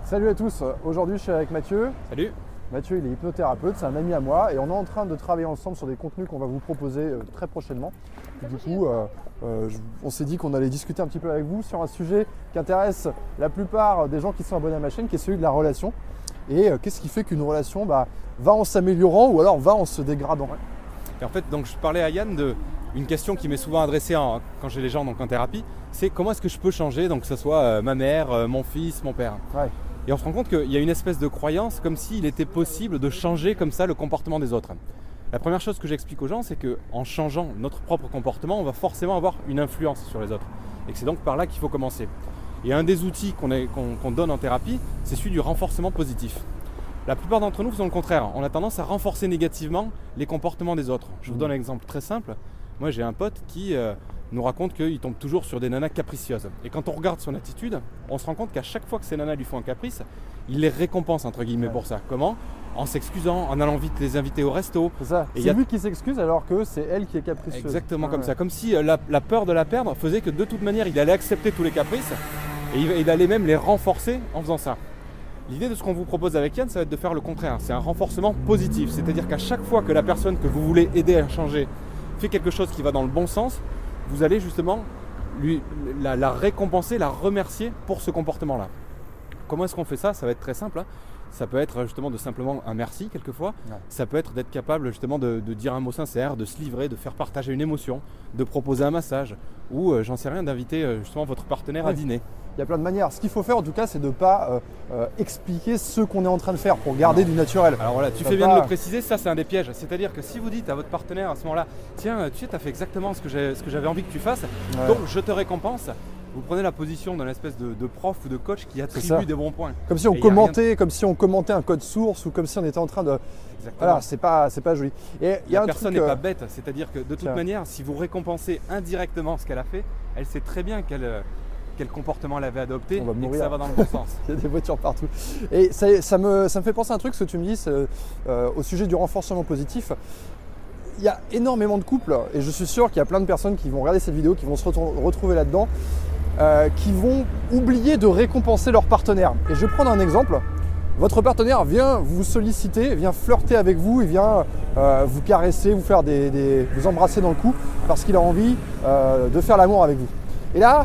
Salut à tous, aujourd'hui je suis avec Mathieu. Salut. Mathieu il est hypnothérapeute, c'est un ami à moi et on est en train de travailler ensemble sur des contenus qu'on va vous proposer très prochainement. Du coup, on s'est dit qu'on allait discuter un petit peu avec vous sur un sujet qui intéresse la plupart des gens qui sont abonnés à ma chaîne, qui est celui de la relation. Et qu'est-ce qui fait qu'une relation va en s'améliorant ou alors va en se dégradant. Et en fait, donc, je parlais à Yann d'une question qui m'est souvent adressée quand j'ai les gens en thérapie, c'est comment est-ce que je peux changer, donc que ce soit ma mère, mon fils, mon père. Ouais. Et on se rend compte qu'il y a une espèce de croyance comme s'il était possible de changer comme ça le comportement des autres. La première chose que j'explique aux gens, c'est qu'en changeant notre propre comportement, on va forcément avoir une influence sur les autres. Et que c'est donc par là qu'il faut commencer. Et un des outils qu'on donne en thérapie, c'est celui du renforcement positif. La plupart d'entre nous faisons le contraire. On a tendance à renforcer négativement les comportements des autres. Je vous donne un exemple très simple. Moi, j'ai un pote qui nous raconte qu'il tombe toujours sur des nanas capricieuses. Et quand on regarde son attitude, on se rend compte qu'à chaque fois que ces nanas lui font un caprice, il les récompense entre guillemets pour ça. Comment ? En s'excusant, en allant vite les inviter au resto. C'est ça. C'est lui qui s'excuse alors que c'est elle qui est capricieuse. Exactement comme ça. Comme si la peur de la perdre faisait que de toute manière, il allait accepter tous les caprices et il allait même les renforcer en faisant ça. L'idée de ce qu'on vous propose avec Yann, ça va être de faire le contraire. C'est un renforcement positif. C'est-à-dire qu'à chaque fois que la personne que vous voulez aider à changer fait quelque chose qui va dans le bon sens, vous allez justement la récompenser, la remercier pour ce comportement-là. Comment est-ce qu'on fait ça ? Ça va être très simple. Ça peut être justement de simplement un merci quelquefois. Ouais. Ça peut être d'être capable justement de dire un mot sincère, de se livrer, de faire partager une émotion, de proposer un massage ou j'en sais rien, d'inviter justement votre partenaire à dîner. Il y a plein de manières. Ce qu'il faut faire en tout cas, c'est de ne pas expliquer ce qu'on est en train de faire pour garder du naturel. Alors voilà, tu fais bien de le préciser, ça c'est un des pièges. C'est-à-dire que si vous dites à votre partenaire à ce moment-là, tiens, tu sais, tu as fait exactement ce que j'avais envie que tu fasses, donc je te récompense. Vous prenez la position d'un espèce de prof ou de coach qui attribue des bons points. Comme si on commentait un code source ou comme si on était en train de… Voilà, c'est pas joli. Et la personne n'est pas bête, c'est-à-dire que de toute manière, si vous récompensez indirectement ce qu'elle a fait, elle sait très bien quel comportement elle avait adopté et que ça va dans le bon sens. Il y a des voitures partout. Et ça me fait penser à un truc, ce que tu me dis au sujet du renforcement positif. Il y a énormément de couples et je suis sûr qu'il y a plein de personnes qui vont regarder cette vidéo, qui vont se retrouver là-dedans, qui vont oublier de récompenser leur partenaire. Et je vais prendre un exemple. Votre partenaire vient vous solliciter, vient flirter avec vous, il vient vous caresser, vous faire vous embrasser dans le cou parce qu'il a envie de faire l'amour avec vous. Et là,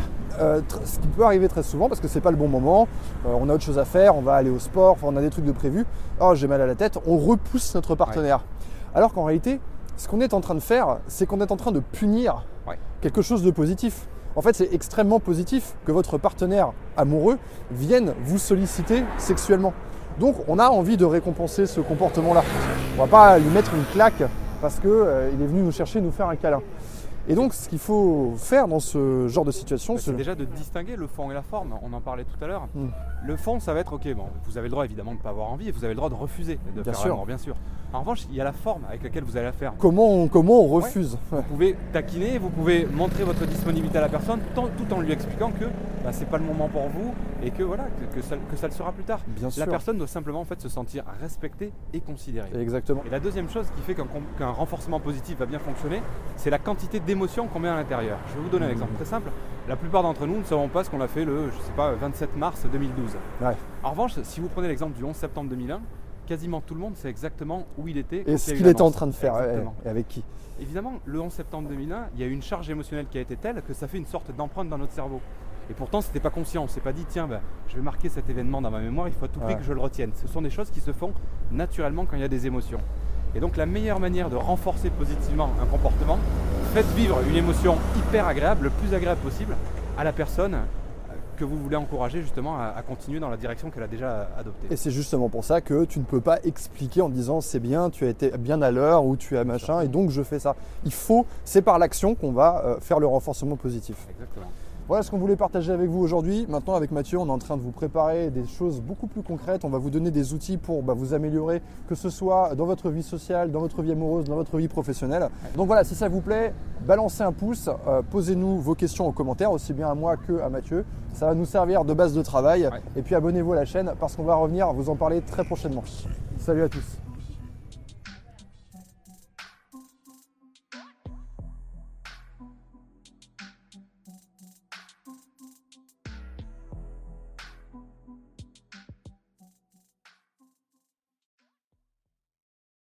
ce qui peut arriver très souvent parce que c'est pas le bon moment, on a autre chose à faire, on va aller au sport, on a des trucs de prévu, oh j'ai mal à la tête, on repousse notre partenaire. Ouais. Alors qu'en réalité, ce qu'on est en train de faire, c'est qu'on est en train de punir quelque chose de positif. En fait, c'est extrêmement positif que votre partenaire amoureux vienne vous solliciter sexuellement. Donc, on a envie de récompenser ce comportement-là. On ne va pas lui mettre une claque parce qu'il est venu nous chercher, nous faire un câlin. Et donc, ce qu'il faut faire dans ce genre de situation, c'est déjà de distinguer le fond et la forme. On en parlait tout à l'heure. Le fond, ça va être, ok, bon, vous avez le droit évidemment de ne pas avoir envie et vous avez le droit de refuser de faire l'amour, bien sûr. En revanche, il y a la forme avec laquelle vous allez la faire. Comment on refuse ? Vous pouvez taquiner, vous pouvez montrer votre disponibilité à la personne tout en lui expliquant que ce n'est pas le moment pour vous et que voilà que ça le sera plus tard. Bien sûr. La personne doit simplement en fait se sentir respectée et considérée. Exactement. Et la deuxième chose qui fait qu'un renforcement positif va bien fonctionner, c'est la quantité d'émotions qu'on met à l'intérieur. Je vais vous donner un exemple très simple. La plupart d'entre nous ne savons pas ce qu'on a fait le 27 mars 2012. Ouais. En revanche, si vous prenez l'exemple du 11 septembre 2001, quasiment tout le monde sait exactement où il était. Et ce qu'il était en train de faire, et avec qui. Évidemment, le 11 septembre 2001, il y a eu une charge émotionnelle qui a été telle que ça fait une sorte d'empreinte dans notre cerveau. Et pourtant, ce n'était pas conscient. On ne s'est pas dit, tiens, je vais marquer cet événement dans ma mémoire, il faut à tout prix que je le retienne. Ce sont des choses qui se font naturellement quand il y a des émotions. Et donc, la meilleure manière de renforcer positivement un comportement, faites vivre une émotion hyper agréable, le plus agréable possible, à la personne que vous voulez encourager justement à continuer dans la direction qu'elle a déjà adoptée. Et c'est justement pour ça que tu ne peux pas expliquer en disant c'est bien, tu as été bien à l'heure ou tu as machin et donc je fais ça. C'est par l'action qu'on va faire le renforcement positif. Exactement. Voilà ce qu'on voulait partager avec vous aujourd'hui. Maintenant avec Mathieu, on est en train de vous préparer des choses beaucoup plus concrètes. On va vous donner des outils pour vous améliorer, que ce soit dans votre vie sociale, dans votre vie amoureuse, dans votre vie professionnelle. Donc voilà, si ça vous plaît, balancez un pouce, posez-nous vos questions en commentaire, aussi bien à moi que à Mathieu. Ça va nous servir de base de travail. Et puis abonnez-vous à la chaîne parce qu'on va revenir vous en parler très prochainement. Salut à tous.